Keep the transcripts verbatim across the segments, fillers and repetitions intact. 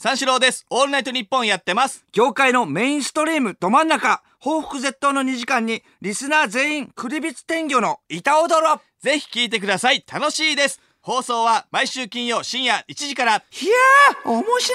三四郎です。オールナイトニッポンやってます。 業界のメインストリームど真ん中、報復絶倒のにじかんにリスナー全員クリビツ天魚の板踊ろ。 ぜひ聞いてください。楽しいです。放送は毎週金曜深夜いちじから。いやー面白い。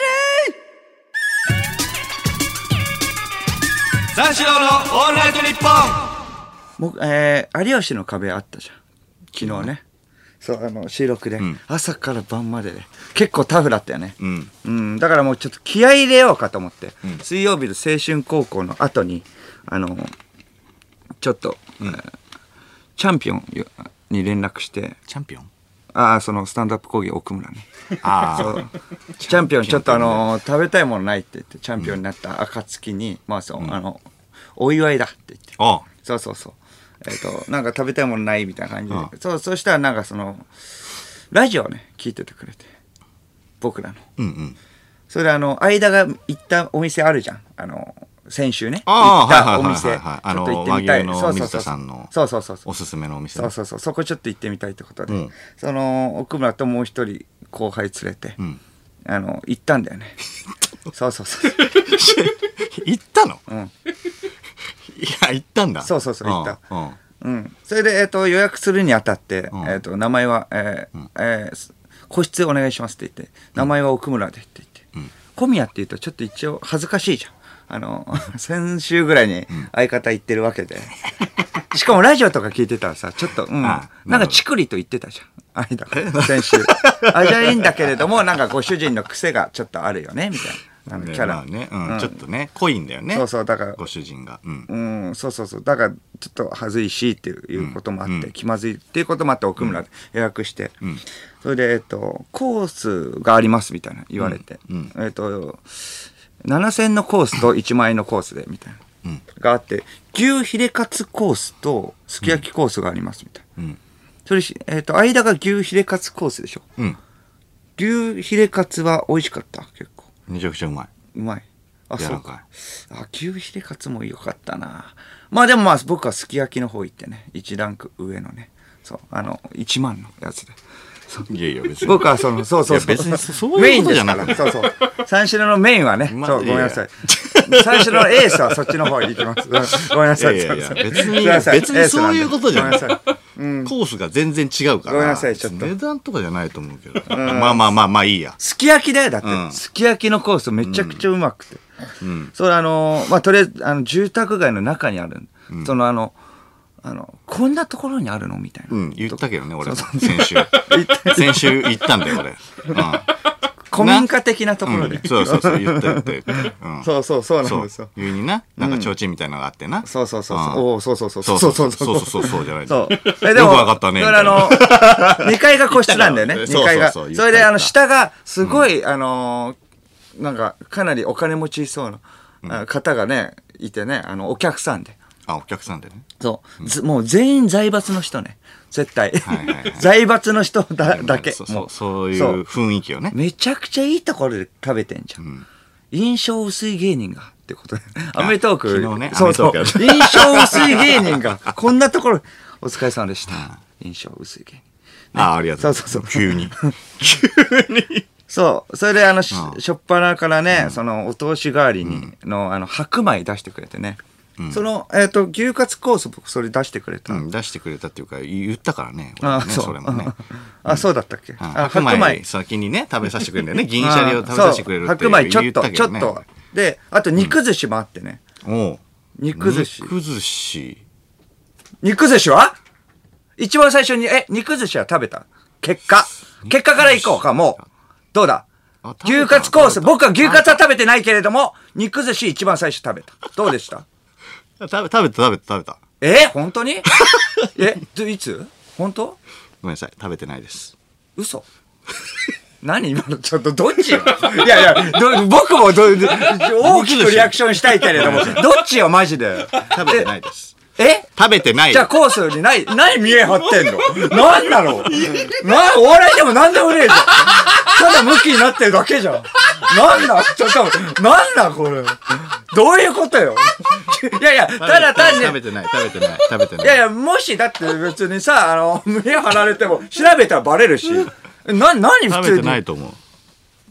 三四郎のオールナイトニッポン。 僕、えー、有吉の壁あったじゃん昨日ね。そうあの収録で、うん、朝から晩までで結構タフだったよね、うんうん、だからもうちょっと気合い入れようかと思って、うん、水曜日の青春高校の後にあのちょっと、うんえー、チャンピオンに連絡して。 チャンピオンああそのスタンドアップ講義奥村ね。あそうチャンピオンちょっとあの食べたいものないって言ってチャンピオンになった暁に、うん、まあそう、うん、あのお祝いだって言って。ああそうそうそうえー、となんか食べたいものないみたいな感じで、うん、そうそうしたらなんかそのラジオをね聞いててくれて僕らの、うんうん、それであの間が行ったお店あるじゃんあの先週ね行ったお店ちょっと行ってみたい。 そうそうそうそうそうそうおすすめのお店、 そうそうそうそこちょっと行ってみたいってことで、うん、その奥村ともう一人後輩連れて、うん、あの行ったんだよね。そうそうそう行ったの？ うんいや行ったんだ。 そうそうそう行った、うんうん、それで、えー、と予約するにあたって、うんえー、と名前は、えーうんえー、個室お願いしますって言って名前は奥村でって言って、うん、小宮って言うとちょっと一応恥ずかしいじゃん。あの先週ぐらいに相方言ってるわけで、うん、しかもラジオとか聞いてたらさちょっと、うん、ああなんかチクリと言ってたじゃん間先週あじゃあいいんだけれどもなんかご主人の癖がちょっとあるよねみたいな。あのキャラ、まあねうんうん、ちょっとね濃いんだよね。 そうそうだからご主人が、 うんうん、そうそうそうだからちょっと恥ずいしっていうこともあって、うん、気まずいっていうこともあって奥村で予約して、うん、それでえっとコースがありますみたいな言われて、うんうん、えっとななせんのコースといちまんえんのコースでみたいな、うん、があって牛ヒレカツコースとすき焼きコースがありますみたいな、うん、それえっと間が牛ヒレカツコースでしょ、うん、牛ヒレカツは美味しかった結構。 めちゃくちゃうまい。 うまい。あ、そうか。あ、牛ヒレカツも良かったな。まあでもまあ僕はすき焼きの方行ってね、一ランク上のね、そうあのいちまんのやつで。 いやいや別に。 僕はそのそうそうそう。 別にそういうことじゃなくて、 そうそう。三四郎のメインはね、そうごめんなさい。三四郎のエースはそっちの方に行きます。ごめんなさい。 いやいや別に別にそういうことじゃない。コースが全然違うから。 ごめんなさいちょっと。 値段とかじゃないと思うけど。まあまあまあまあいいや。 すき焼きだよだって。すき焼きのコースめちゃくちゃうまくて。それあのまあとりあえずあの住宅街の中にある。そのあの。あのこんなところにあるのみたいな、 うん、言ったけどね俺先週先週行ったんだよ俺、うん、 古民家的なところで、 うん、そうそうそう言った言った、 うん、そうそうそうなんですよ。 急にななんか提灯みたいなのがあってな、うん、 そうそうそうそう、うん、おそうそうそうそうそうそうそうそうそうじゃないそうえでもよくわかったねみたいな。 あのにかいが個室なんだよね。にかいがそれであの下がすごい、うん、あのなんかかなりお金持ちそうな方がねいてねあのお客さんで。 あお客さんでね。 そう、うん、もう全員財閥の人ね絶対、はいはいはい、財閥の人 だ, だけそ, もうそういう雰囲気をねめちゃくちゃいいところで食べてんじゃん、うん、印象薄い芸人がってことでアメトーク昨日ねそうそう印象薄い芸人がこんなところお疲れ様でした、うん、印象薄い芸人、ね、 あありがとうそうそうそう急に急にそうそれであのしょっぱなからね、うん、そのお通し代わりにの、うん、あの白米出してくれてねうん、その、えーと、牛カツコース僕それ出してくれた、 うん、出してくれたっていうか言ったからねあねそ, それもねあ、うん、そうだったっけ、うん、 白米先にね食べさせてくれるんだよね銀シャリを食べさせてくれるっていう白米ちょっと、ね、ちょっとであと肉寿司もあってね、うん、お肉寿司肉寿司肉寿司は一番最初にえ肉寿司は食べた結果結果からいこうかもうどうだ牛カツコース僕は牛カツは食べてないけれども肉寿司一番最初食べたどうでした食べ食べた食べた食べたえ本当にえいつ本当ごめんなさい食べてないです嘘何今のちょっとどっちよいやいやど僕もど大きくリアクションしたいけれどもどっちよマジで食べてないですえ食べてないじゃあコースにない何見え張ってんの何なのなお笑いでも何でもねえじゃんただムキになってるだけじゃんなんだちょっとなんだこれどういうことよいやいやただ単に食べてない食べてない食べてないいやいやもしだって別にさあの目張られても調べたらバレるしな何普通に食べてないと思う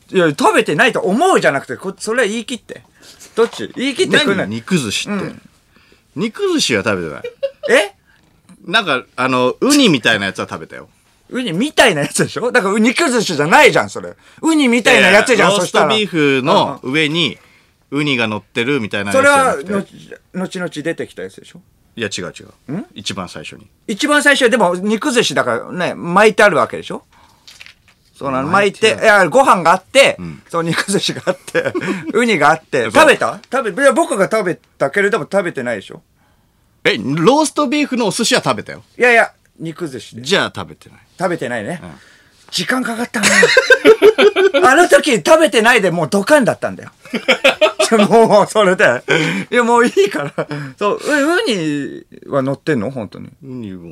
いや、食べてないと思うじゃなくて、こそれは言い切って。どっち言い切ってくんない。 肉寿司って、うん、肉寿司は食べてない。 えなんか、あの、ウニみたいなやつは食べたよ。 ウニみたいなやつでしょだから肉寿司じゃないじゃん、それ。ウニみたいなやつじゃん、そしたら。 ローストビーフの上にウニが乗ってるみたいなやつじゃなくて。 それは、後々出てきたやつでしょいや、違う違う。 ん一番最初に。 一番最初は、でも肉寿司だからね、巻いてあるわけでしょそうなの、巻いて、いや、ご飯があって、うん、そう、肉寿司があって、ウニがあって、食べた食べ、いや、僕が食べたけれども食べてないでしょえ、ローストビーフのお寿司は食べたよ。 いやいや、肉寿司で。 じゃあ食べてない。 食べてないね。うん、時間かかったね。あの時食べてないでもうドカンだったんだよ。もう、それで。いや、もういいから。そう、ウニは乗ってんの本当に。 ウニも、うん、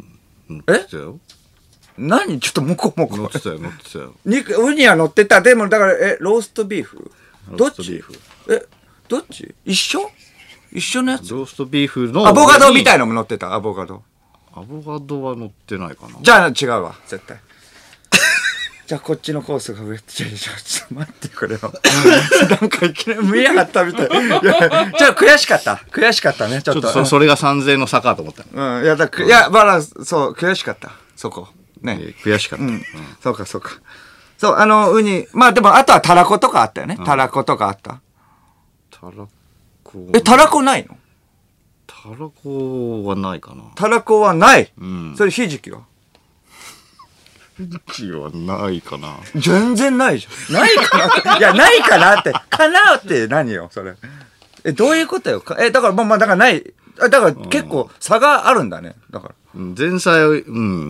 乗ってたよ。 何ちょっともこもこ。 乗ってたよ、乗ってたよ。 肉、ウニは乗ってた。でも、だから、え、ローストビーフどっちえ、どっち一緒一緒のやつローストビーフの。 アボカドみたいのも乗ってた、アボカド。 アボカドは乗ってないかな。 じゃあ違うわ、絶対。じゃあこっちのコースが上。ちょっと待ってくれよ。なんかいきなり見やがったみたい。いや、じゃあ悔しかった。悔しかったね、ちょっと。 ちょっと そ, それがさんぜんえんの差かと思った。 うん、いや、だいや、まだ、そう、悔しかった。そこ。ね。 えー、悔しかった。うん。うん、 そうか、そうか。そう、あの、ウニ、まあでも、あとはタラコとかあったよね。タラコとかあった。 タラコ。 え、タラコないのタラコはないかな。 タラコはない。 うん。 それひじきはひじきはないかな。 全然ないじゃん。ないかなって。いや、ないかなって。かなって何よ、それ。え、どういうことよ。え、だから、まあ、まあ、だからない。だから結構差があるんだね。だから。 前菜、うん、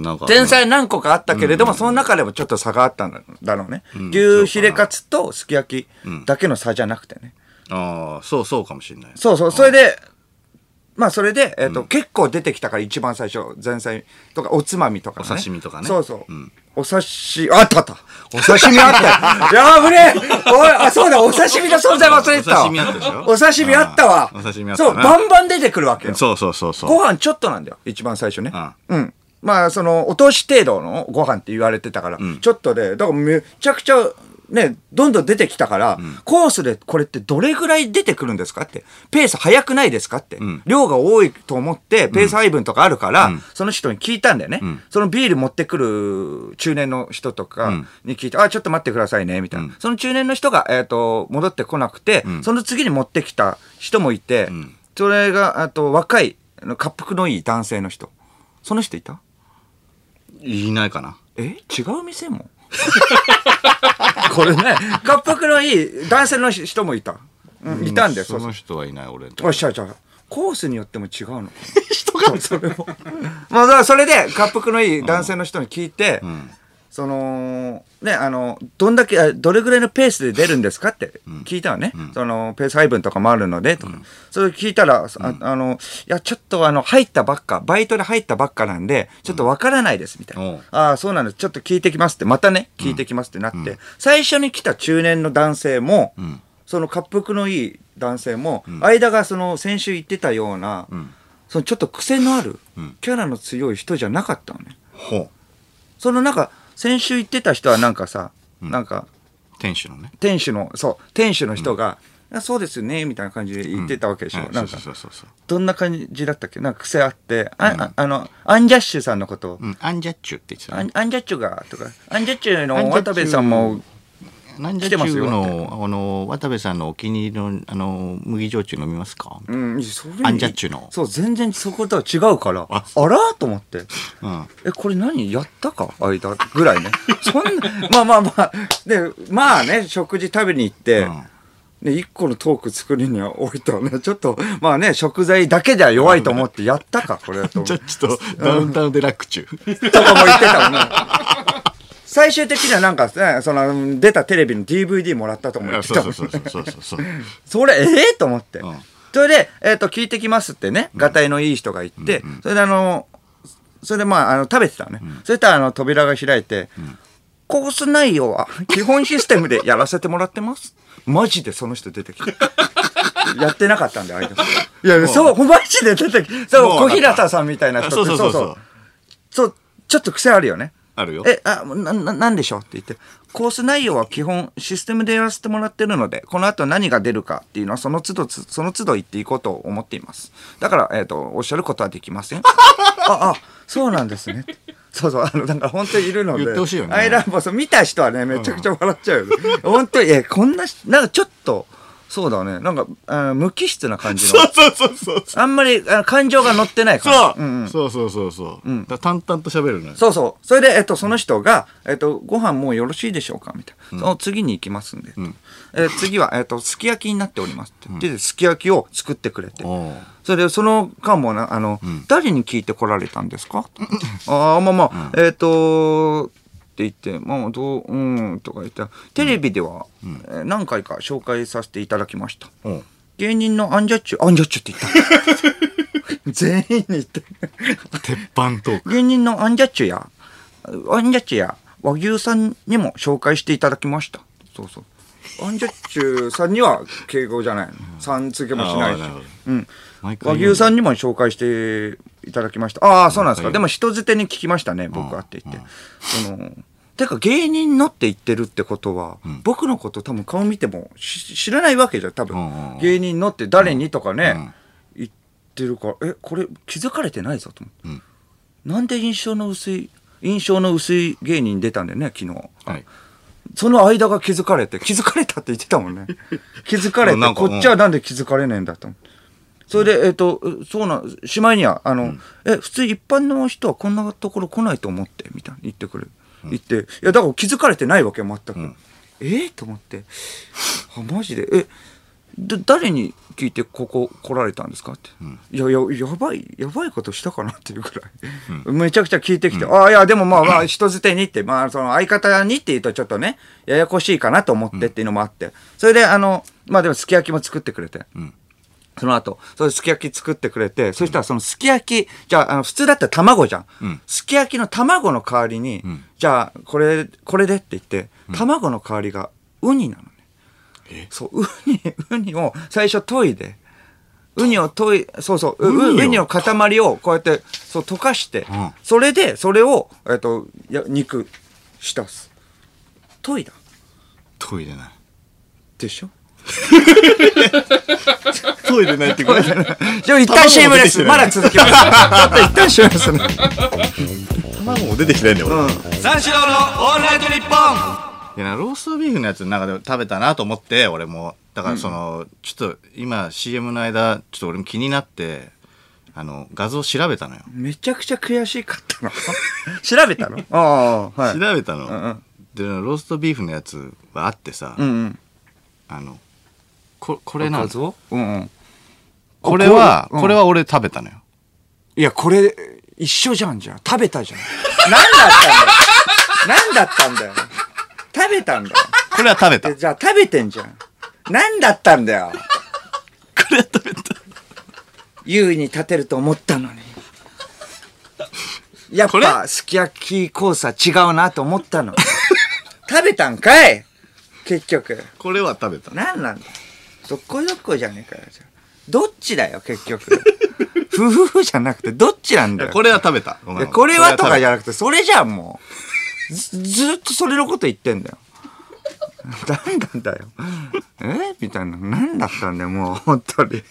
なんか。 前菜何個かあったけれども、うん、その中でもちょっと差があったんだろうね。うん、牛ヒレカツとすき焼きだけの差じゃなくてね。 うん、ああ、そうそうかもしれない。 そうそう。それで、まあそれで、えっと、うん、結構出てきたから一番最初、前菜とかおつまみとかね。 お刺身とかね。 そうそう。うん、お刺身、あったあったお刺身あったやぶねおい、あ、そうだ、お刺身の存在忘れてたわ。お刺身あったでしょお刺身あったわ。 お刺身あった。 そう、バンバン出てくるわけよ。 そうそうそうそう。 ご飯ちょっとなんだよ、一番最初ね。うん。うん、まあ、その、お通し程度のご飯って言われてたから、うん、ちょっとで、だからめちゃくちゃ、ね、どんどん出てきたから、うん、コースでこれってどれぐらい出てくるんですかって、ペース早くないですかって、うん、量が多いと思って、ペース配分とかあるから、うん、その人に聞いたんだよね、うん。そのビール持ってくる中年の人とかに聞いて、うん、あ、ちょっと待ってくださいね、みたいな。うん、その中年の人が、えっと、戻ってこなくて、うん、その次に持ってきた人もいて、うん、それが、あと、若い、滑腹のいい男性の人。その人いた？ いないかな。 え？違う店もこれね、滑腹のいい男性の人もいた。うん、いたんだよ。 その人はいない、俺の。 よっしゃ、じゃあ、コースによっても違うの。人がそれも。まあ、だからそれで、滑腹のいい男性の人に聞いて、うん、その、ね、あの、どんだけ、どれぐらいのペースで出るんですかって聞いたのね。うん、その、ペース配分とかもあるので、とか。うん、それ聞いたら、あ, あの、いや、ちょっとあの、入ったばっか、バイトで入ったばっかなんで、ちょっとわからないです、みたいな。うん、ああ、そうなんです。ちょっと聞いてきますって、またね、聞いてきますってなって、うん、最初に来た中年の男性も、うん、その滑腹のいい男性も、うん、間がその、先週言ってたような、うん、そのちょっと癖のある、キャラの強い人じゃなかったのね。 うん、 そのなんか、先週言ってた人はなんかさ、うん、なんか店主のね店主のそう店主の人が、うん、そうですねみたいな感じで言ってたわけでしょ、うん、なんかどんな感じだったっけなんか癖あって、うん、あ, あのアンジャッシュさんのことを、 うん、アンジャッチュって言ってた、ね、 アンジャッチュがとかアンジャッチュの渡部さんもアンジャッチュのあの渡部さんのお気に入りのあの麦焼酎飲みますか、 うん、それアンジャッチュのそう全然そことは違うからああらと思って、うん、えこれ何やったか間ぐらいねそんなまあまあまあでまあね食事食べに行って、うんね、いっこのトーク作りにはおいてはねちょっとまあね食材だけでは弱いと思ってやったかこれとちょっとダウンタウンデラックチュとかも言ってたもんね最終的にはなんかね、その出たテレビの ディーブイディー もらったと思ってたもんね。そうそうそうそうそう。それ、ええー、と思って。うん、それで、えっ、ー、と、聞いてきますってね、がたいのいい人が言って、うんうん、それであの、それでまあ、あの食べてたのね。うん、そしたらあの、扉が開いて、うん、コース内容は基本システムでやらせてもらってます。マジでその人出てきて。やってなかったんだよ、相手。いや、そう、マジで出てきて、そう、小平田さんみたいな人って、そうそうそう。そう、ちょっと癖あるよね。 あるよ。 え、あ、な、な、なんでしょうって言って、コース内容は基本システムでやらせてもらってるので、この後何が出るかっていうのはその都度つ、その都度言っていこうと思っています。だから、えっ、と、おっしゃることはできません。あ、あ、そうなんですね。そうそう、あの、なんか本当にいるので。 言ってほしいよねアイランボス見た人はね、めちゃくちゃ笑っちゃうよね。本当に、え、こんなし、なんかちょっと、そうだね。なんか、あ無機質な感じの。 そうそうそうそうあんまりあの感情が乗ってない感じ。 そう、 うんうん、 そうそうそうそう、うん、だ淡々と喋るのよ。 そうそう。それで、えっと、その人が、えっと、ご飯もうよろしいでしょうかみたいな。うん、その次に行きますんで。うん、えー、次は、えっと、すき焼きになっておりますって言って、うん、すき焼きを作ってくれて。それで、その間もな、あの、うん、誰に聞いてこられたんですかああ、まあまあ、うん、えっと、って言って、まあ、どう、うん、とか言ったら、テレビでは、うんえー、何回か紹介させていただきました。うん、芸人のアンジャッチュ、アンジャッチュって言った。全員に言って。 鉄板トーク。 芸人のアンジャッチュや、アンジャッチュや和牛さんにも紹介していただきました。そうそう。アンジャッチュさんには敬語じゃないの。さん付けもしないし。うん。和牛さんにも紹介していただきました。ああ、そうなんですか。でも人づてに聞きましたね、僕はって言って。その、てか芸人のって言ってるってことは、うん、僕のこと多分顔見ても知らないわけじゃん、多分。うんうん、芸人のって誰にとかね、うん、言ってるから、え、これ気づかれてないぞと思って。うん、なんで印象の薄い、印象の薄い芸人出たんだよね、昨日。はい、その間が気づかれて、気づかれたって言ってたもんね。気づかれて、こっちはなんで気づかれねえんだと思って。それで、えっと、そうな、しまいには、あの、うん、え、普通一般の人はこんなところ来ないと思って、みたいに言ってくれる。言って、いや、だから気づかれてないわけよ、全く。うん、えー、と思って。あ、マジで。え、だ誰に聞いてここ来られたんですかって。うん、いやいや、やばい、やばいことしたかなっていうくらい。うん、めちゃくちゃ聞いてきて、うん、ああ、いや、でもまあまあ、人づてにって、まあ、その相方にって言うとちょっとね、ややこしいかなと思ってっていうのもあって。それで、あの、まあでも、すき焼きも作ってくれて。うんその後、それすき焼き作ってくれて、うん、そしたらそのすき焼き、じゃあ、あの普通だったら卵じゃん。うん、すき焼きの卵の代わりに、うん、じゃあ、これ、これでって言って、うん、卵の代わりがウニなのね。えそう、ウニ、ウニを最初研いで、ウニを研い、そうそう、ウニ, ウニの塊をこうやって、そう、溶かして、うん、それで、それを、えっと、や肉、浸す。研いだ。 研いでない。 でしょトイレないってこれ。じゃあ一旦 シーエム です。まだ続きます。ちょっと一旦 シーエム ですね。 卵も出てきてないんだよ。 三四郎のオールナイトニッポン。 いやローストビーフのやつなんかで食べたなと思って俺もだからその、うん、ちょっと今 シーエム の間ちょっと俺も気になってあの画像調べたのよ。 めちゃくちゃ悔しかったの。調べたの？ああ、はい。 調べたの。うんうん、でローストビーフのやつはあってさ、うんうん、あの。こ, これなんぞ、うんうん、これはこれ,、うん、これは俺食べたのよ。 いやこれ一緒じゃんじゃん食べたじゃん。何だったんだよ。何だったんだよ。食べたんだよ。 これは食べた。 じゃあ食べてんじゃん。何だったんだよ。 これは食べた。 優位に立てると思ったのに。やっぱすき焼きコースは違うなと思ったの。食べたんかい結局。 これは食べた。 何なんだ。どっこいどっこいじゃねえかよ。どっちだよ結局。夫婦じゃなくてどっちなんだよ。 これは食べた。 ごめんこれはとかじゃなくてそれじゃんもう ず, ずっとそれのこと言ってんだよ。何なんだよ。えみたいな何だったんだよもう本当に。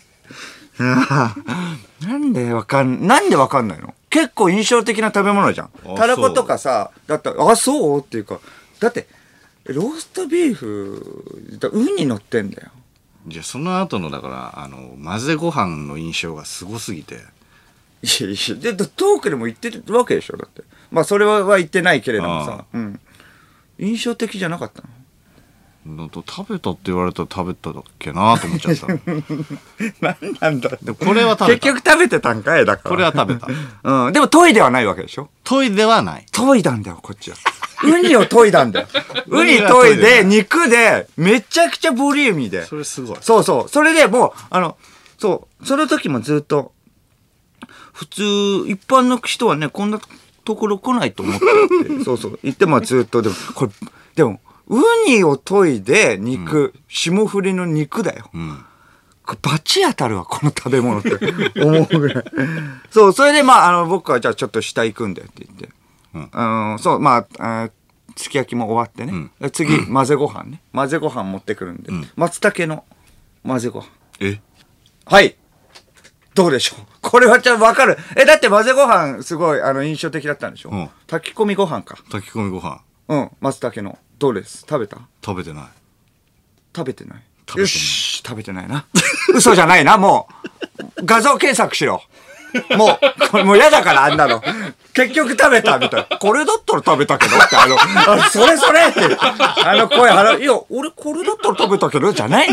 なんでわかんなんでわかんないの。結構印象的な食べ物じゃん。たらことかさだったらあそうっていうかだってローストビーフウニ乗ってんだよ。 じゃあその後のだからあの混ぜご飯の印象がすごすぎて。いやいやでトークでも言ってるわけでしょだって。まあそれは言ってないけれどもさ、うん、印象的じゃなかったの。 だと食べたって言われたら食べただっけなと思っちゃった。 何なんだ。 でこれは食べた。 結局食べてたんかいだから。 これは食べた。 うん。でもトイではないわけでしょ。 トイではない。 トイなんだよこっちは。ウニを研いだんだよ。ウニ研いで、肉で、めちゃくちゃボリューミーで。 それすごい。 そうそう。それでもう、あの、そう、その時もずっと、普通、一般の人はね、こんなところ来ないと思ってって。そうそう。言ってもずっと、でも、これ、でも、ウニを研いで、肉、うん、霜降りの肉だよ。うん、これバチ当たるわ、この食べ物って。思うぐらい。そう、それでまあ、あの、僕はじゃあちょっと下行くんだよって言って。 うん、あのそう、まあ、あすき焼きも終わってね。うん、次、混ぜご飯ね。混ぜご飯持ってくるんで。うん、松茸の混ぜご飯。 えはい。どうでしょうこれはちゃんとわかる。え、だって混ぜご飯すごいあの印象的だったんでしょ、うん、炊き込みご飯か。 炊き込みご飯。 うん、松茸の。どうです食べた食べてない。 食べてない。よし、食べてないな。嘘じゃないな、もう。画像検索しろ。もう、これもう嫌だから、あんなの。結局食べたみたいな。これだったら食べたけどって、あの、あそれそれって、あの声払う。いや、俺これだったら食べたけど、じゃない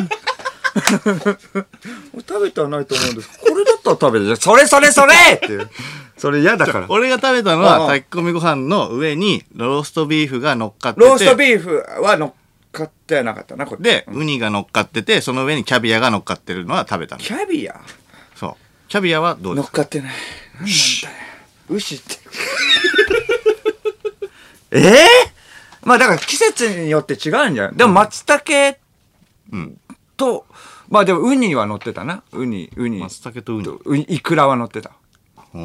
食べてはないと思うんです。これだったら食べて、それそれそれっていう。それ嫌だから。 俺が食べたのは、炊き込みご飯の上にローストビーフが乗っかってて。 ローストビーフは乗っかってなかったな、これ。 で、ウニが乗っかってて、その上にキャビアが乗っかってるのは食べたの。 キャビアそう。キャビアはどうですか？ 乗っかってない。何なんだよ。牛って。ええー、まあだから季節によって違うんじゃん。でも松茸と、うん、まあでもウニは乗ってたな。ウニ、ウニ。 松茸とウニ。 とウニイクラは乗ってた。うん。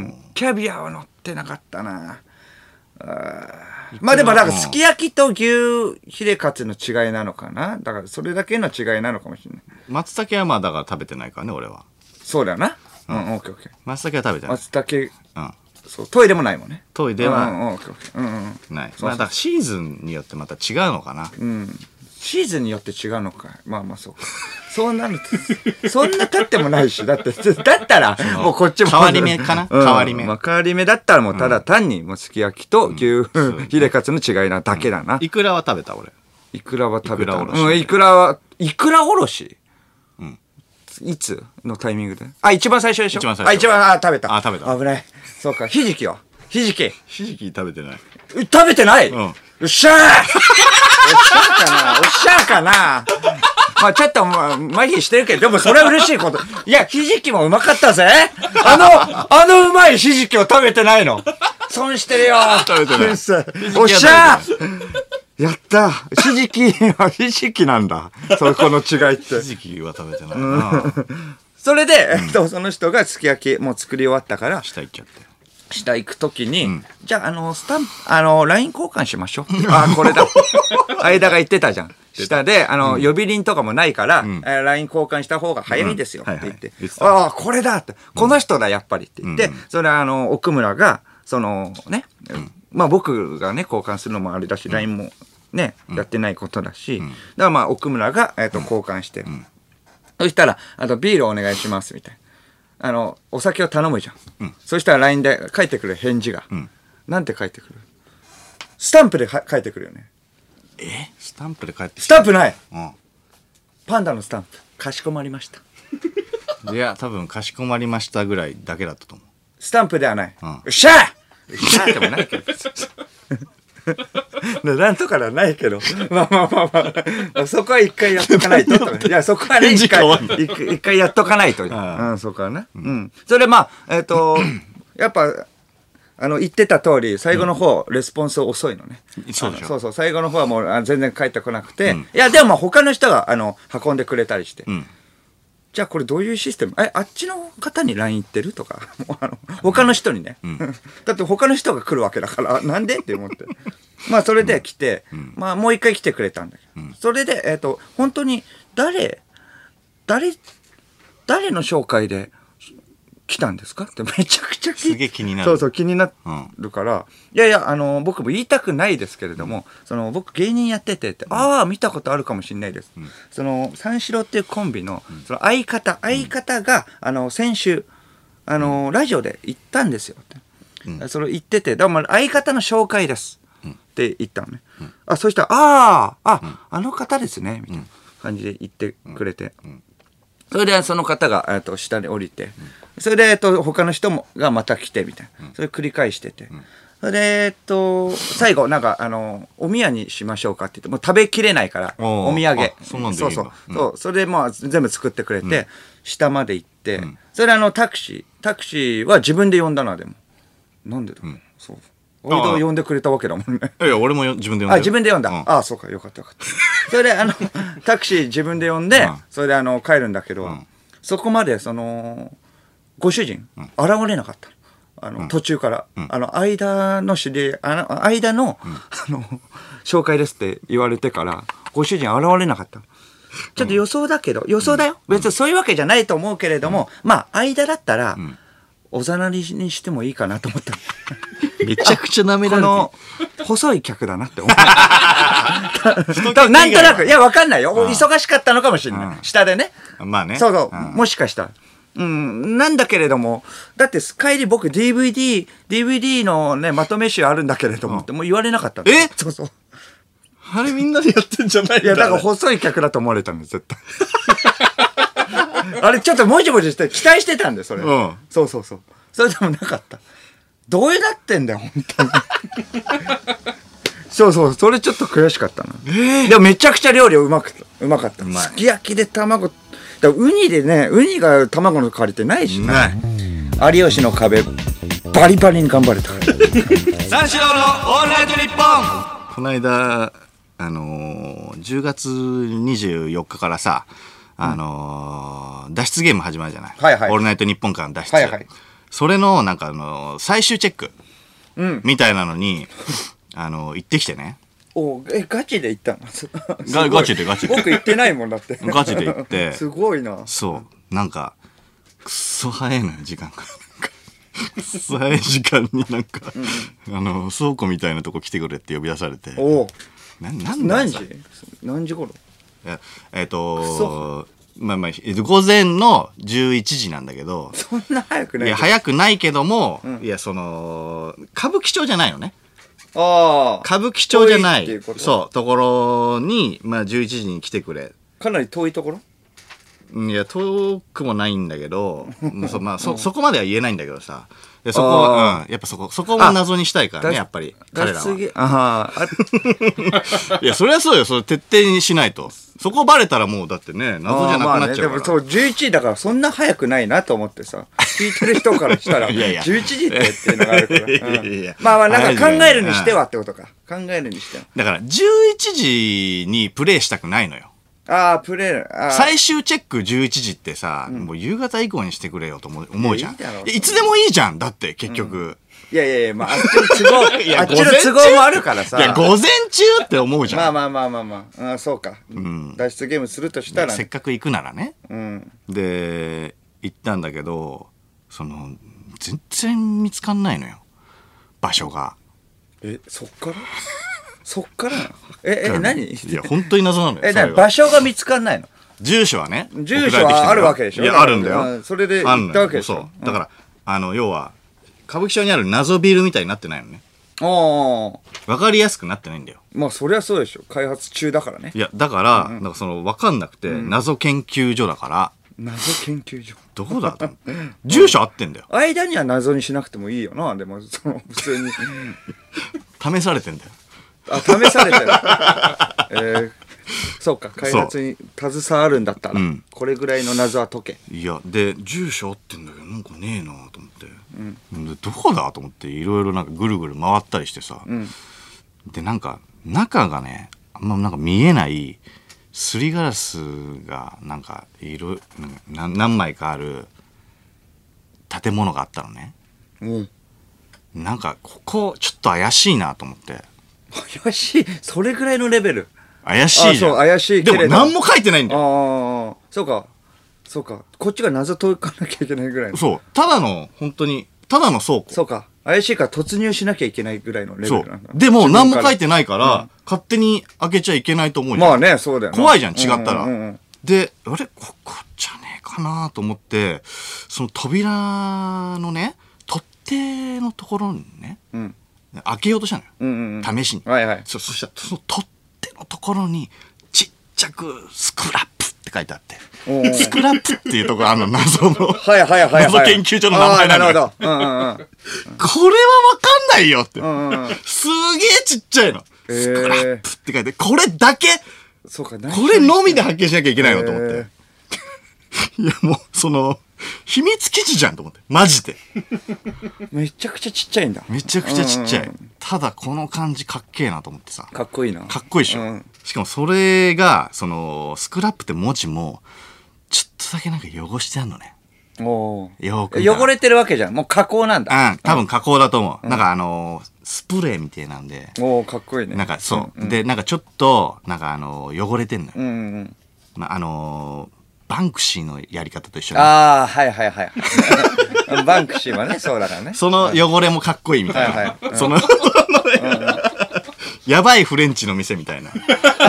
キャビアは乗ってなかったな。あまあでもなんかすき焼きと牛ヒレカツの違いなのかな。だからそれだけの違いなのかもしれない。 松茸はまあだから食べてないからね、俺は。 そうだな。うん、オッケーオッケー。 松茸は食べてない。 松茸、うん。そう、トイレもないもんね。 トイレは、 うん、オッケーオッケー。うんうん。 ない。まあだからシーズンによってまた違うのかな。 うん。シーズンによって違うのか。まあまあそうか。そうなると、そんな経ってもないし、だって、だったら、もうこっちも。 変わり目かな、うん、変わり目。 まあ変わり目だったらもうただ単に、もうすき焼きと牛、うん、ヒレカツの違いなだけだな。 イクラは食べた俺。 イクラは食べた。うん、イクラは、イクラおろしいつのタイミングであ、一番最初でしょ。 一番最初。 あ、一番、あ、食べた。 あ、食べた。 危ない。そうか。ひじきはひじき。 ひじき食べてない。 食べてない、うん、よっしゃーおっしゃーかなおっしゃーかなまあちょっと、まあ、麻痺してるけど、でもそれは嬉しいこと。いや、ひじきもうまかったぜ。あの、あのうまいひじきを食べてないの。損してるよ。 食べてない。おっしゃーやったひじきはひじきなんだ。そこの違いって。 ひじきは食べてないな。 それで、えっと、その人がすき焼きもう作り終わったから、 下行っちゃって。 下行くときに、うん、じゃあ、あの、スタンプ、あの、ライン 交換しましょう。あ、これだ。間が言ってたじゃん。下で、あの、うん、呼び鈴とかもないから、うん、えー、ライン 交換した方が早いですよって言って、ああ、これだって、この人だ、やっぱりって言って、うん、それはあの、奥村が、そのね、うん、まあ僕がね、交換するのもあれだし、うん、ライン もね、うん、やってないことだし、うん、だからまあ奥村が、えー、と交換して、うん、そしたら、あとビールお願いしますみたいな。あの、お酒を頼むじゃん。うん、そしたら ライン で返ってくる返事が、うん、なんて返ってくるスタンプで返ってくるよね。 えスタンプで返ってくるスタンプない、うん、パンダのスタンプ。かしこまりました。 いや、多分かしこまりましたぐらいだけだったと思う。 スタンプではない。うん、よっしゃーよっしゃーでもないけど。なんとかはないけど。まあまあまあまあ。そこは一回やっとかないと。いや、そこはね、一回、一回やっとかないと。うん、そこはね。うん。それまあ、えっと、やっぱ、あの、言ってた通り、最後の方、レスポンス遅いのね。 そうでしょ。 そうそう、最後の方はもう全然帰ってこなくて。いや、でもまあ他の人が、あの、運んでくれたりして。じゃあこれどういうシステムえあっちの方に ライン 行ってるとかもうあの他の人にね、うん、だって他の人が来るわけだからなんでって思ってまあそれで来て、うん、まあもう一回来てくれたんだけど、うん、それでえっ、ー、と本当に誰誰誰の紹介で来たんですかってめちゃくちゃすげえ気になる。 そうそう気になるから、うん、いやいやあの僕も言いたくないですけれども、うん、その僕芸人やっててって、うん、ああ見たことあるかもしれないです、うん、その三四郎っていうコンビの、うん、その相方相方が、うん、あの先週あのラジオで言ったんですよって、うん、それ言っててだから相方の紹介です、うん、って言ったのね、うん、あそしたらあああ、うん、あの方ですねみたいな感じで言ってくれて、うんうん、それでその方が、えー、と下に降りて、うんそれで、えっと、他の人もがまた来てみたいな。それ繰り返してて。うん、それで、えっと、最後、なんか、あの、お宮にしましょうかって言って、もう食べきれないから、お土産。 そうなんだそうそう。うん、そう。それで、まあ、全部作ってくれて、うん、下まで行って、うん、それで、あの、タクシー。タクシーは自分で呼んだな、でも。なんでだ、うん、そう。俺と呼んでくれたわけだもんね。 いや、俺も自分で呼んだ。 あ、自分で呼んだ。うん、ああ、そうか、よかったよかった。それで、あの、タクシー自分で呼んで、うん、それで、あの、帰るんだけど、うん、そこまで、その、ご主人、現れなかった。 あの、途中から、あの間の知り合い、あの間の、あの紹介ですって言われてからご主人現れなかった。ちょっと予想だけど、予想だよ、別にそういうわけじゃないと思うけれども、まあ間だったら、おざなりにしてもいいかなと思った。 めちゃくちゃ舐められてる。 この細い客だなって思う。多分なんとなく、いやわかんないよ、忙しかったのかもしれない、下でね。 まあね。 そうそう、もしかしたら。うん、なんだけれども、だって帰り僕 ディーブイディー、ディーブイディー のね、まとめ集あるんだけれどもって、もう言われなかったの。 え？ そうそう。 あれみんなでやってんじゃないんだ。 いや、だから細い客だと思われたんです、絶対。あれちょっともじもじして期待してたんだよ、それ。うん。そうそうそう。それでもなかった。どういうなってんだよ、本当に。そうそう、それちょっと悔しかったな。えー、でもめちゃくちゃ料理うまく、うまかった。すき焼きで卵、だウニでね、ウニが卵の代わりってないしね。ない。有吉の壁、バリバリに頑張れた。 三四郎のオールナイトニッポン。 この間、あのー、じゅうがつにじゅうよっかからさ、あのー、脱出ゲーム始まるじゃない。はいはい。オールナイトニッポンからの脱出。はいはい。それの、なんかあのー、最終チェック、うん、みたいなのに、あのー、行ってきてね。 おえガチで行ったの？ ガガチでガチで僕行ってないもんだって。 ガチで行ってすごいな。 そうなんかくっそ早いのよ時間が。くっそ早い時間になんか、うん、あの倉庫みたいなとこ来てくれって呼び出されて。おお。ななん何時？何時頃？ ええっとまあまあ午前のじゅういちじなんだけど。 そんな早くない？ いや早くないけども、うん、いやその歌舞伎町じゃないのね。 ああ、 歌舞伎町じゃない、そう、ところに、まあ、じゅういちじに来てくれ。 かなり遠いところ？ いや、遠くもないんだけど、そ、まあ、そ、そこまでは言えないんだけどさ。でそこは、うん、やっぱそこ、そこも謎にしたいからね、やっぱり。彼らは。ああ、いや、それはそうよ、それ徹底にしないと。そこバレたらもう、だってね、謎じゃなくなっちゃうから。まあね、でもそう、じゅういちじだからそんな早くないなと思ってさ、聞いてる人からしたら、いやいやじゅういちじってっていうのがあるから。うん、いやいやまあまあ、なんか考えるにしてはってことか。考えるにしては。 だから、じゅういちじにプレイしたくないのよ。 ああ、プレー、 最終チェックじゅういちじってさ、うん、もう夕方以降にしてくれよと思う、思うじゃん。い, い, いつでもいいじゃん、だって結局。うん、 いやいやいや、まあ、あっちの都合、あっちの都合もあるからさ。 いや、午前中って思うじゃん。 まあまあまあまあまあ、あそうか。うん、脱出ゲームするとしたら、ね。 せっかく行くならね。うん、で、行ったんだけど、その、全然見つかんないのよ。場所が。 え、そっからそっからえ、え、何？ いや、本当に謎なのよ。 え、何場所が見つかんないの？ 住所はね。 住所はあるわけでしょ？ いや、あるんだよ。 それで行ったわけでしょ？ そう。だから、あの、要は、歌舞伎町にある謎ビルみたいになってないのね。ああ。わかりやすくなってないんだよ。 まあ、そりゃそうでしょ。開発中だからね。 いや、だから、なんかその、わかんなくて、謎研究所だから。 謎研究所どこだと住所合ってんだよ。 間には謎にしなくてもいいよな。でも、その、普通に。 試されてんだよ。 あ、試されてる。えー、そうか、開発に携わるんだったら、うん、これぐらいの謎は解け。 いや、で、住所合ってんだけど、なんかねえなと思って、うん、でどこだと思って、いろいろなんかぐるぐる回ったりしてさ、うん、で、なんか、中がね、あんまなんか見えないすりガラスが、なんか、いろ、なんか何枚かある建物があったのね。うん。なんか、ここ、ちょっと怪しいなと思って。 怪しいそれぐらいのレベル怪しいじゃん。 そう怪しいけれどでも何も書いてないんだよ。 ああそうかそうかこっちが謎解かなきゃいけないぐらいの。 そうただの本当にただの倉庫。 そうか怪しいから突入しなきゃいけないぐらいのレベルなんだ。 でも何も書いてないから、うん、勝手に開けちゃいけないと思うじゃん。 まあねそうだよ怖いじゃん違ったら、うんうんうん、であれここじゃねえかなと思ってその扉のね取っ手のところにね、うん開けようとしたのよ、うんうんうん、試しに、はいはい、そ, そしたらその取っ手のところにちっちゃくスクラップって書いてあってスクラップっていうところあるの謎のはいはいはい、はい、謎研究所の名前なのよ。うんうんうん、これは分かんないよって、うんうん、すげえちっちゃいの、えー、スクラップって書いてこれだけそうかこれのみで発見しなきゃいけないのと思って、えー、いやもうその秘密基地じゃんと思ってマジでめちゃくちゃちっちゃいんだ。 めちゃくちゃちっちゃい、うんうん、ただこの感じかっけえなと思ってさかっこいいなかっこいいでしょ、うん、しかもそれがそのスクラップって文字もちょっとだけなんか汚してあるのね。 おーよく見たら汚れてるわけじゃん。もう加工なんだ。 うん多分加工だと思う、なんかあのースプレーみたいなんでおおかっこいいね。 なんかそう、 んんでなんかちょっとなんかあのー汚れてんのよ、 うんうんうん。 まあ、あのーバンクシーのやり方と一緒にああ、はいはいはい。バンクシーはね、そうだからね。 その汚れもかっこいいみたいな、 はいはいうんそのやばいフレンチの店みたいな。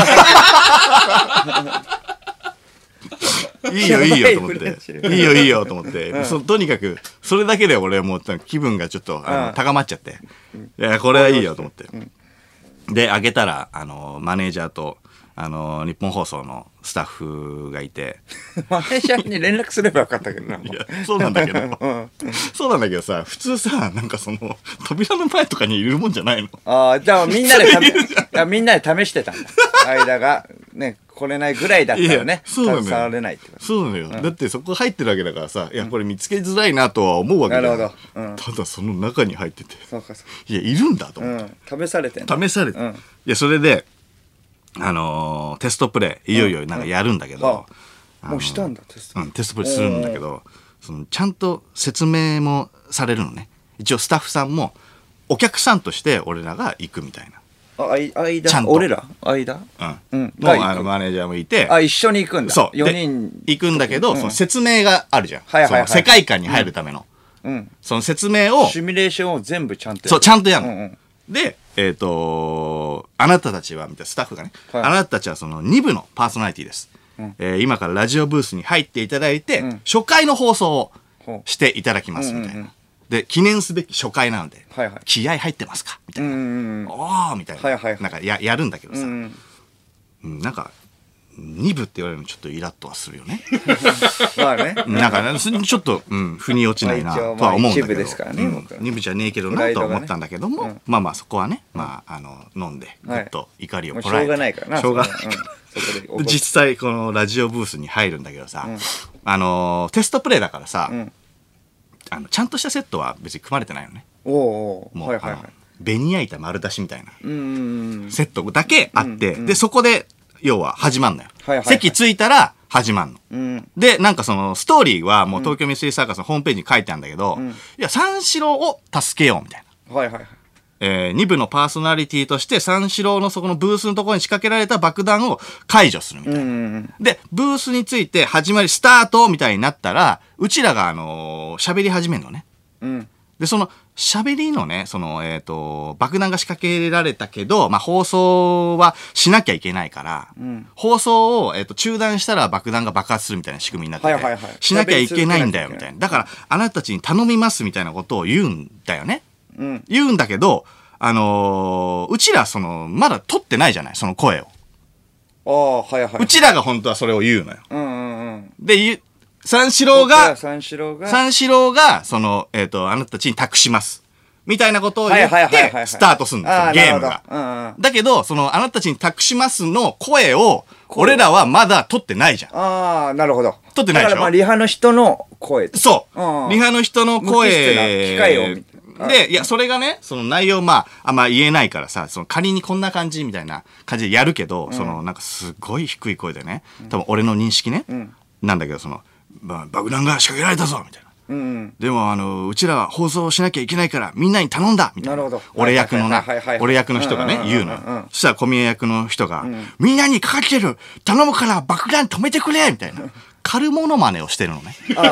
いいよいいよと思っやばいフてレンチいいよいいよと思って、そとにかくそれだけで俺もう気分がちょっとあの、 うん高まっちゃっていやこれはいいよと思って、で開けたらあのマネージャーとあの日本放送のスタッフがいてマネージャーに連絡すればよかったけどな。 いやそうなんだけどうんそうなんだけどさ普通さなんかその扉の前とかにいるもんじゃないの。 ああ、じゃあみんなで試いやみんなで試してたんだ。間がね、来れないぐらいだったらいやね、 そうなのよ携われないってこと。 そうなのよ、だってそこ入ってるわけだからさいやこれ見つけづらいなとは思うわけだよなるほどうんただその中に入っててそうかそういやいるんだとか。う思って、 ん。試されてんだ。 試されて、 うんいやそれであのーテストプレイいよいよなんかやるんだけど、あのーもうしたんだテスト。 うん、テストプレイするんだけどそのちゃんと説明もされるのね。一応スタッフさんもお客さんとして俺らが行くみたいあ、あい間ちゃんと俺ら間な、 ううんんもうが行くあのマネージャーもいてあ、一緒に行くんだ。 そうよにん。 で行くんだけど、その説明があるじゃん、 はいはいはいその世界観に入るための、 うん。 その説明をシミュレーションを全部ちゃんとやる。 そうちゃんとやるの、 うんうんでえっ、とあなたたちはみたいなスタッフがね、 はいあなたたちはそのに部のパーソナリティです、えー今からラジオブースに入っていただいて、 ん初回の放送をほうしていただきますみたいな、 うんうんうんで記念すべき初回なので、 はいはい気合入ってますかみたいな、 うんうんうん。 おーみたいな、 はいはいはいなんかややるんだけどさ、 うんうんなんかに部って言われるのちょっとイラッとはするよねまあね。 なんかねそちょっと、うん、腑に落ちないなまあ一応とは思うんだけど、 まあ一部ですからねうん僕ら二部じゃねえけどプライドがねなとは思ったんだけども、 うんまあまあそこはね、まああの飲んでぐはいっと怒りをもうこらえて、 しょうがないからな。 しょうがないそれはうんそこで怒でる。 実際このラジオブースに入るんだけどさ、あのーテストプレイだからさ、 んあのちゃんとしたセットは別に組まれてないのね。 おうおうもう、 はいはいはいあの。紅焼いた丸出しみたいなうんうんうん。 セットだけあって、でそこで要は始まんのよ、 はいはいはい席着いたら始まんの。 うん。 でなんかそのストーリーはもう東京ミステリーサーカスのホームページに書いてあるんだけど、いや三四郎を助けようみたいな。 はいはいはい。 えー、に部のパーソナリティとして三四郎のそこのブースのところに仕掛けられた爆弾を解除するみたいな。 うんうんで、ブースについて始まりスタートみたいになったら、うちらがあのー喋り始めるのね。 うん。うん。 で、その喋りのね、その、えっ、と、爆弾が仕掛けられたけど、まあ、放送はしなきゃいけないから、 ん放送を、えー、と中断したら爆弾が爆発するみたいな仕組みになってて、 はいはいはいしなきゃいけないんだよ喋り続けなきゃいけないみたいな。だから、あなたたちに頼みますみたいなことを言うんだよね。 うん。 言うんだけど、あのーうちら、その、まだ取ってないじゃない、その声を。 ああ、はいはい。 うちらが本当はそれを言うのよ。 うんうんうん。 で、言う三四郎が、 三四郎が。 三四郎が、その、えっ、と、あなたたちに託します。みたいなことを言っはいはいはいはいはて、 いスタートするんですよ、 あーゲームが。 なるほどうんうんだけど、その、あなたたちに託しますの声を、俺らはまだ取ってないじゃん。 ああ、なるほど。 撮ってないでしょだからまあ、リハの人の声。 そう。 うんリハの人の無機声質な機械音みたいなで、いや、それがね、その内容、まあ、あんま言えないからさ、その仮にこんな感じみたいな感じでやるけど、その、なんかすごい低い声でね、多分俺の認識ね、なんだけど、その、まあ、爆弾が仕掛けられたぞみたいな。 うんうん。 でもあのうちらは放送しなきゃいけないからみんなに頼んだみたいななるほど俺役のなはいはいはいはい俺役の人がねうんうんうんうん言うのよそしたら小宮役の人が「みんなにかかってる頼むから爆弾止めてくれ!」みたいな軽モノマネをしてるのね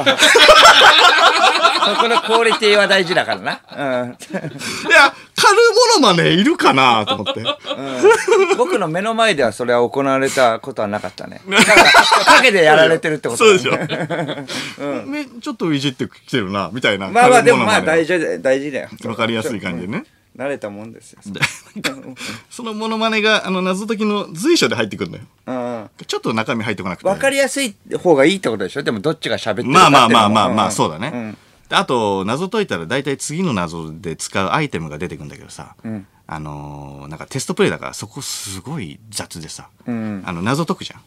そこのクオリティは大事だからな。うん。 いや軽モノマネいるかなと思って僕の目の前ではそれは行われたことはなかったね。なんか影でやられてるってことそうだねでしょめちょっといじってきてるなみたいなまあまあでもまあ軽モノマネ大事大事だよ。 わかりやすい感じでね慣れたもんですよ。 そのモノマネがあの謎解きの随所で入ってくるのようん。 ちょっと中身入ってこなくてわかりやすい方がいいってことでしょ。でもどっちが喋ってるかまあまあっていうのもまあまあまあ、 んそうだね。 んであと、謎解いたら大体次の謎で使うアイテムが出てくるんだけどさ、あのーなんかテストプレイだからそこすごい雑でさ、 んあの謎解くじゃん。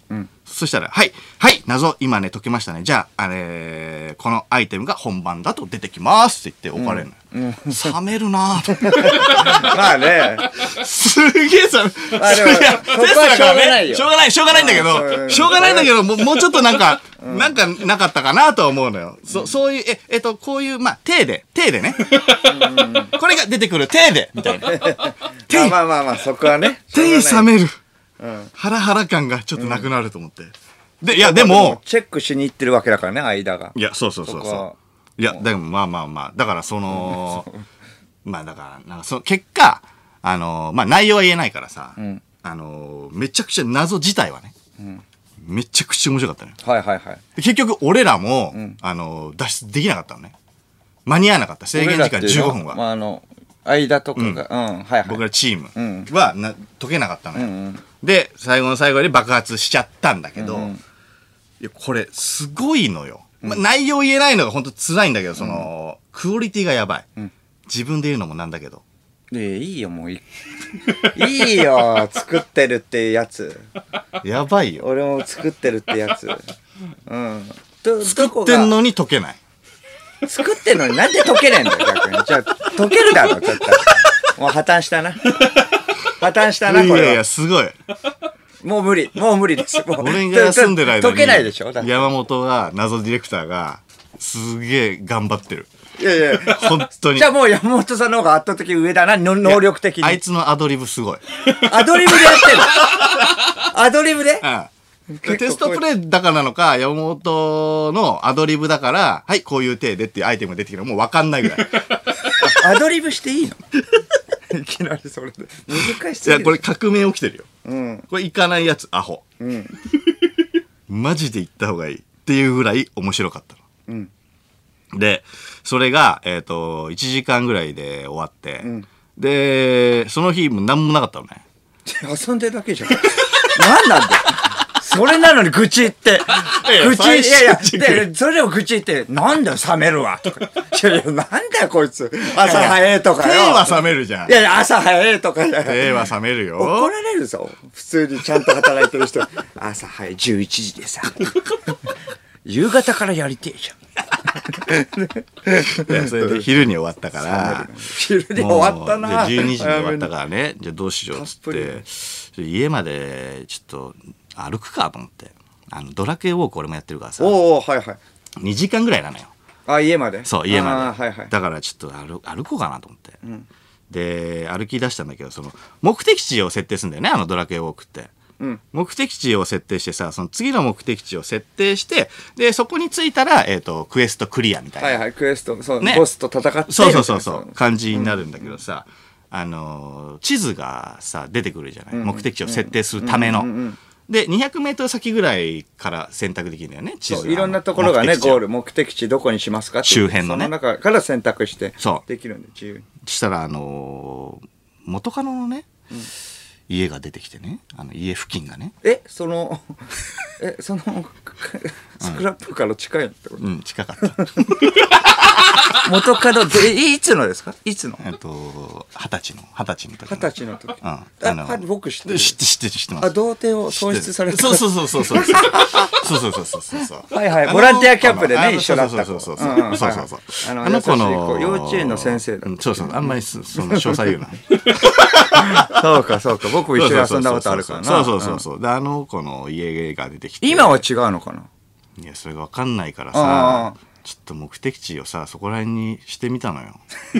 そしたら、はい、はい、謎、今ね、解けましたね。じゃあ、あれ、このアイテムが本番だと出てきますって言って置かれるのよ。うんうん、冷めるなぁと。 まあね。 すげえ冷める。 まあでも、そこはしょうがないよ。 しょうがない、しょうがないんだけど、しょうがないんだけど、もうもうちょっとなんか、なんかなかったかなとは思うのよ。そ、そういう、え、えっと、こういう、まあ、手で、手でね。これが出てくる手で、みたいな。 手まあまあまあ、そこはね。 手冷める。ハラハラ感がちょっとなくなると思って。で、いや、でも。 チェックしに行ってるわけだからね、間が。 いや、そうそうそうそう。いや、でもまあまあまあ、だからその、まあだから、なんかその結果、あの、まあ内容は言えないからさ、あの、めちゃくちゃ謎自体はね、めちゃくちゃ面白かったのよ。 はいはいはい。 結局、俺らも、あの、脱出できなかったのね。間に合わなかった。制限時間じゅうごふんは。 まああの、間とかが、うん、はいはい。 僕らチームはな解けなかったのよ。で、最後の最後で爆発しちゃったんだけど、いや、これ、すごいのよ。まあ、内容言えないのが本当辛いんだけど、その、クオリティがやばい。自分で言うのもなんだけど。 で、いいよ、もういい。いいよ、作ってるってやつ。 やばいよ。 俺も作ってるってやつ。うん。 ど、作ってんのに解けない。 作ってんのになんで解けないんだよ、逆に。じゃあ、解けるだろ、ちょっと。もう破綻したな。破綻したな、これは。 いやいや、すごい。 もう無理。もう無理です。もう俺が休んでる間に。 解けないでしょ山本が、謎ディレクターが、すげえ頑張ってる。 いやいや、 本当に。 じゃあもう山本さんの方が圧倒的上だな、能力的に。 あいつのアドリブすごい。 アドリブでやってるのアドリブでうん。テストプレイだからなのか、山本のアドリブだから、はい、こういう体でっていうアイテムが出てきたらもう分かんないぐらい。 アドリブしていいのいきなりそれで。難しすぎる。 いや、これ革命起きてるよ。 うん。 これ行かないやつ、アホ。うん。マジで行った方がいいっていうぐらい面白かったの。うん。で、それが、えっと、いちじかんぐらいで終わって、うん、で、その日も何もなかったのね。 遊んでるだけじゃん。何なんだよ。それなのに愚痴言って。愚痴、いやいや、で、それでも愚痴言って、なんだよ、冷めるわ。とか。いやいや、なんだよ、こいつ。朝早いとかよ。 手は冷めるじゃん。 いやいや、朝早いとかよ。 手は冷めるよ。 怒られるぞ。普通にちゃんと働いてる人。朝早い、じゅういちじでさ。夕方からやりてえじゃん。 いやそれで昼に終わったから昼に終わったなじゅうにじに終わったからねじゃあどうしようっつって家までちょっと歩くかと思ってあのドラクエウォーク俺もやってるからさおおはいはいにじかんぐらいなのよあ家までそう家まで、 はいはい、 だからちょっと歩歩こうかなと思って、うん、で歩き出したんだけどその目的地を設定するんだよねあのドラクエウォークってうん、目的地を設定してさその次の目的地を設定してでそこに着いたら、えーと、クエストクリアみたいなはいはいクエストそう、ね、ボスと戦ってそうそうそうそう感じになるんだけどさ、うん、あのー、地図がさ出てくるじゃない、うん、目的地を設定するための、うんうんうんうん、でにひゃくメートル先ぐらいから選択できるんだよね地図いろんなところがねゴール目的地どこにしますかって周辺のねその中から選択してそうできるんで自由にそしたらあのー、元カノのね、うん家が出てきてねあの家付近がねえそのえそのスクラップから近いってこと、 うん、うん、近かった元カノでいつのですかいつのえっと二十歳の二十歳の時二十歳の時うんあの僕知ってる知って知って知ってますあ童貞を喪失されたそうそうそうそうそうそうそうそうそうそうそうはいはいボランティアキャンプでね一緒だったそうそうそうそうそうそうそうあのあの子の幼稚園の先生だそうそうあんまりその詳細言うなそうかそうか僕も一緒に遊んだことあるからなそうそうそうそうであの子の家が出てきて今は違うのかないやそれが分かんないからさちょっと目的地をさそこら辺にしてみたのよ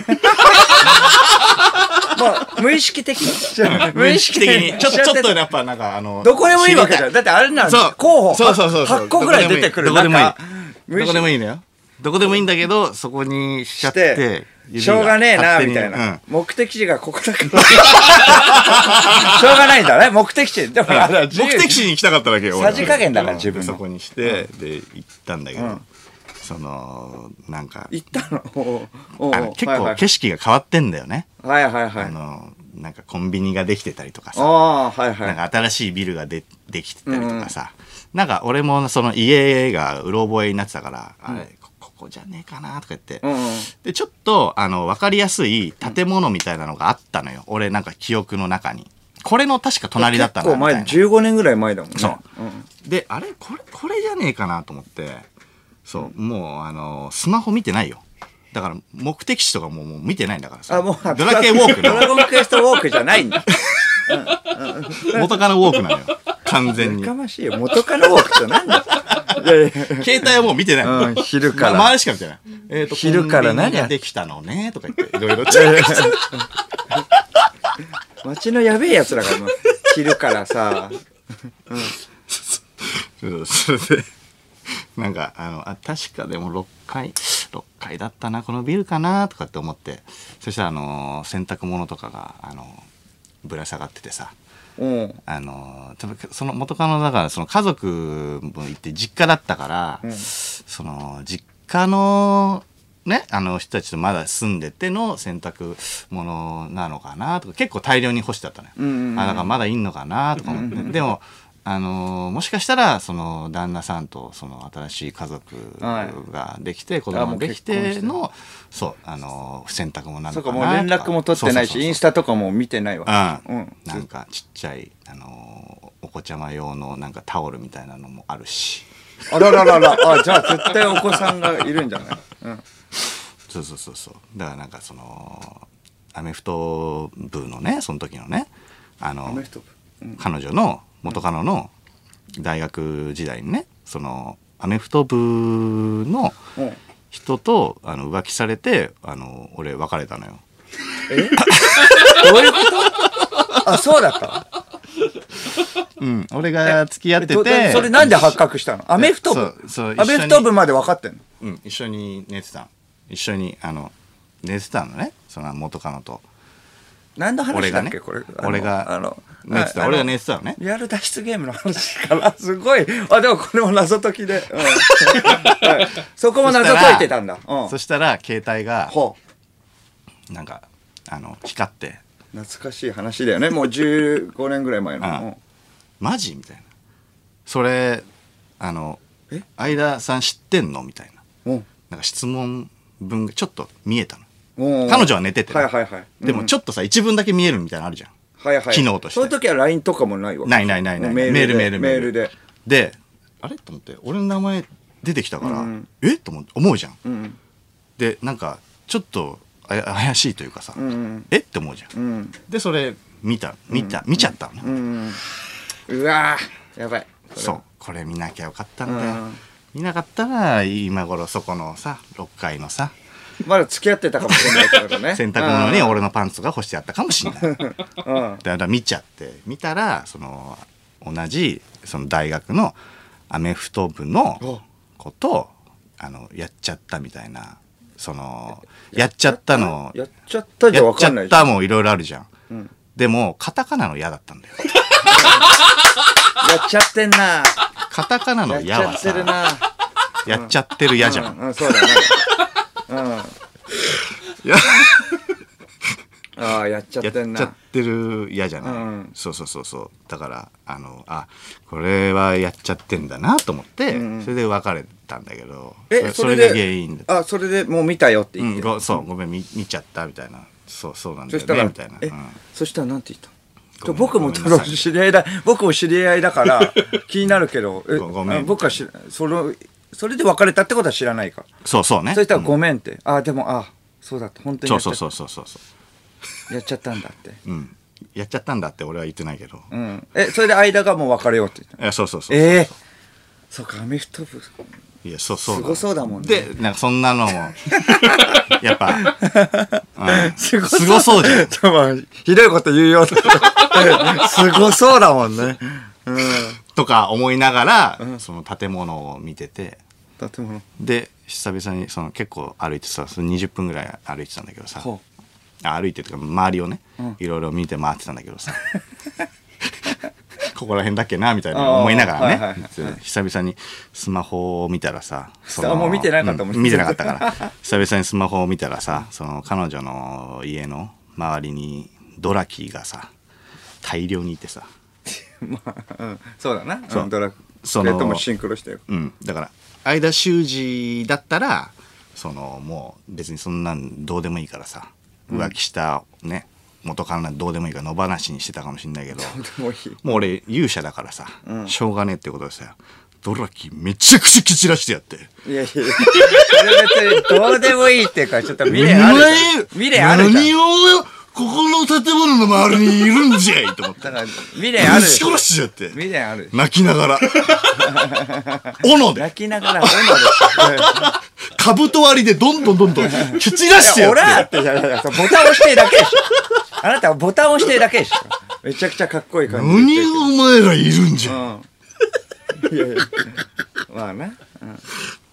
まあ無意識的に無意識的にちょっとちょっとやっぱなんかあのどこでもいいわけじゃんだってあれなんそう候補そうそうそうはっこぐらい出てくるどこでもいいなんかどこでもいいのよどこでもいいんだけどそこにしちゃってしょうがねえなみたいな、うん、目的地がここだからしょうがないんだね目的地でも目的地に行きたかっただけよさじ加減だから自分のそこにして、うん、で行ったんだけど、うん、そのなんか行ったのあの結構景色が変わってんだよねはいはいはいあのなんかコンビニができてたりとかさあ、はいはい、 なんか新しいビルがでできてたりとかさ、うん、なんか俺もその家がうろ覚えになってたから、うん、あれここじゃねえかなとか言って、うんうん、でちょっとあの分かりやすい建物みたいなのがあったのよ、うん、俺なんか記憶の中にこれの確か隣だったんだ結構前、じゅうごねんぐらい前だもんね。 そう。うん、で、あれこれ、これじゃねえかなと思って、そう、もう、あの、スマホ見てないよ。だから、目的地とかももう見てないんだからさ。 あ、もう、 ドラケンウォークの。 ドラゴンクエストウォークじゃないんだ。 元カノウォークなのよ。完全に。 やかましいよ。元カノウォークってなんだいやいや携帯はもう見てないの。 うん、昼から。 ま、周りしか見てない。えっ、ー、と、 昼から何やができたのねとか言って、いろいろチェックして。 街のやべえやつだから、もう昼からさ。 うん、それで、なんか、あの、あ、確かでもろっかい、ろっかいだったな、このビルかなとかって思って、そしたら、あの、洗濯物とかが、あの、ぶら下がっててさ、 うん、 あのその元カノだからその家族も行って実家だったから、うん、その実家のねあの人たちとまだ住んでての洗濯物なのかなとか結構大量に干してあったのよ、うんうんうん、あだからまだいんのかなとか思って、うんうん、でもあのもしかしたらその旦那さんとその新しい家族ができて、はい、子供ができてのそうあの洗濯物なのかなとか、 そうかもう連絡も取ってないしインスタとかも見てないわ、 うんうん、なんかちっちゃいあのお子ちゃま用のなんかタオルみたいなのもあるしあららららあじゃあ絶対お子さんがいるんじゃない、うん、 そうそうそうそうだからなんかそのアメフト部のねその時のねあの、うん、彼女の元カノの大学時代にねそのアメフト部の人とあの浮気されてあの俺別れたのよ。 えどういうことあそうだったうん俺が付き合っててそれなんで発覚したのアメフト部そうそうアメフト部まで分かってんのうん一緒に寝てた一緒にあの寝てたのねその元カノと何の話だっけ、ね、これ俺があの寝てた俺が寝てたのねリアル脱出ゲームの話からすごいあでもこれも謎解きで、うんはい、そこも謎解いてたんだそ し, そしたら携帯がなんかあの光って懐かしい話だよねもうじゅうごねんぐらい前の、うん、 マジみたいなそれあの相田さん知ってんのみたいななんか質問文がちょっと見えたの彼女は寝てて、ねはいはいはいうん、 でもちょっとさ一文だけ見えるみたいなのあるじゃん、はいはい、機能としてそういう時は ライン とかもないわないないないないメールメールメールメールでであれと思って俺の名前出てきたから、うん、えと思うじゃん、うん、でなんかちょっとあ怪しいというかさ、うん、えって思うじゃん、うん、でそれ見た見た、うん、見ちゃったの、 うんうん、うわーやばいそうこれ見なきゃよかったんだよ、うん、見なかったら今頃そこのさろっかいのさまだ付き合ってたかもしれないけどね洗濯物に俺のパンツが干してあったかもしれない、うん、だから見ちゃって見たらその同じその大学のアメフト部の子とあのやっちゃったみたいなそのやっちゃったのやっちゃったじゃ分かんないじゃんやっちゃったもいろいろあるじゃん、うん、でもカタカナの嫌だったんだよやっちゃってんなカタカナの嫌はさやっちゃってるなやっちゃってる嫌じゃん、 うんうん、そうだねうん、 やああやっちゃってんなやっちゃってる嫌じゃない、うん、そうそうそうそうだからあのあこれはやっちゃってんだなと思って、うん、それで別れたんだけどえそれが原因であそれでもう見たよって言って、 うん、そうごめん 見, 見ちゃったみたいなそうそうなんだよねみたいな、 うん、そしたらなんて言った僕もただ知り合いだ僕も知り合いだから気になるけどえごめん僕はしそのそれで別れたってことは知らないかそうそうねそしたらごめんって、うん、あでもあそうだった本当にやっちゃったそうそうそうそうそうやっちゃったんだって、 うん、やっちゃったんだって俺は言ってないけど、 うん、えそれで間がもう別れようって言ったえそうそうそうええー、そうかアメフト部いやそうそうすごそうだもんねでなんかそんなのもやっぱ、うん、すごそうじゃんひどいこと言うよすごそうだもんね、 うん、とか思いながら、うん、その建物を見てて建物で久々にその結構歩いてさにじゅっぷんぐらい歩いてたんだけどさあ歩いてとか周りをね、うん、いろいろ見て回ってたんだけどさここら辺だっけなみたいな思いながらね、はいはいはい、久々にスマホを見たらさそのもう見てなかったもん、 うん、見てなかったから久々にスマホを見たらさその彼女の家の周りにドラキーがさ大量にいてさまあ、うん、そうだなそうドラそれともシンクロしたよ、 うん、だから相田修二だったらそのもう別にそんなんどうでもいいからさ浮気したね、 元カノなんてどうでもいいから野放しにしてたかもしれないけどもういい。 もう俺勇者だからさ、しょうがねえってことでさドラキめちゃくちゃ蹴散らしてやって。 いやいや、それ別にどうでもいいっていうか、ちょっと未練あるじゃん。未練あるじゃん。 何をここの建物の周りにいるんじゃいと思って。 だから未練ある。 ぶち殺しちゃって。 未練ある。 泣きながら。斧で。 泣きながら斧で。 兜割りでどんどんどんどん蹴散らしてやって。 オラーって、いやいやボタン押してるだけでしょ。あなたはボタン押してるだけでしょ。めちゃくちゃかっこいい感じ。 何がお前らいるんじゃ。 うんいやいやまあな、うん、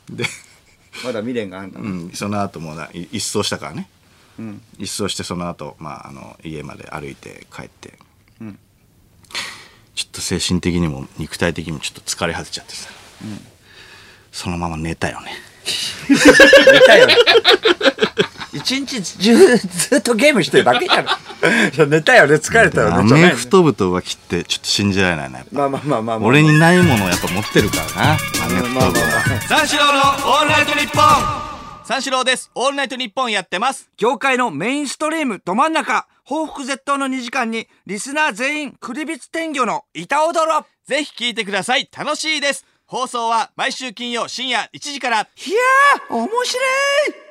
でまだ未練があるんだ、 うん、その後もな一掃したからね、 うん、 一掃してその後、まああの家まで歩いて帰って、うん、ちょっと精神的にも肉体的にもちょっと疲れ果てちゃってさ、うん、そのまま寝たよね寝たよね一日中ずっとゲームしてるだけじゃん寝たよね疲れたよね。 アメフト部と浮気ってちょっと信じられないな。 まあまあまあまあ、まあ、 俺にないものをやっぱ持ってるからなアメフト部は。 三四郎のオールナイトニッポン。三四郎です。オールナイトニッポンやってます。 業界のメインストリームど真ん中報復絶倒のにじかんにリスナー全員クリビツ天魚の板踊ろ。 ぜひ聞いてください。楽しいです。放送は毎週金曜深夜いちじから。いやー面白い。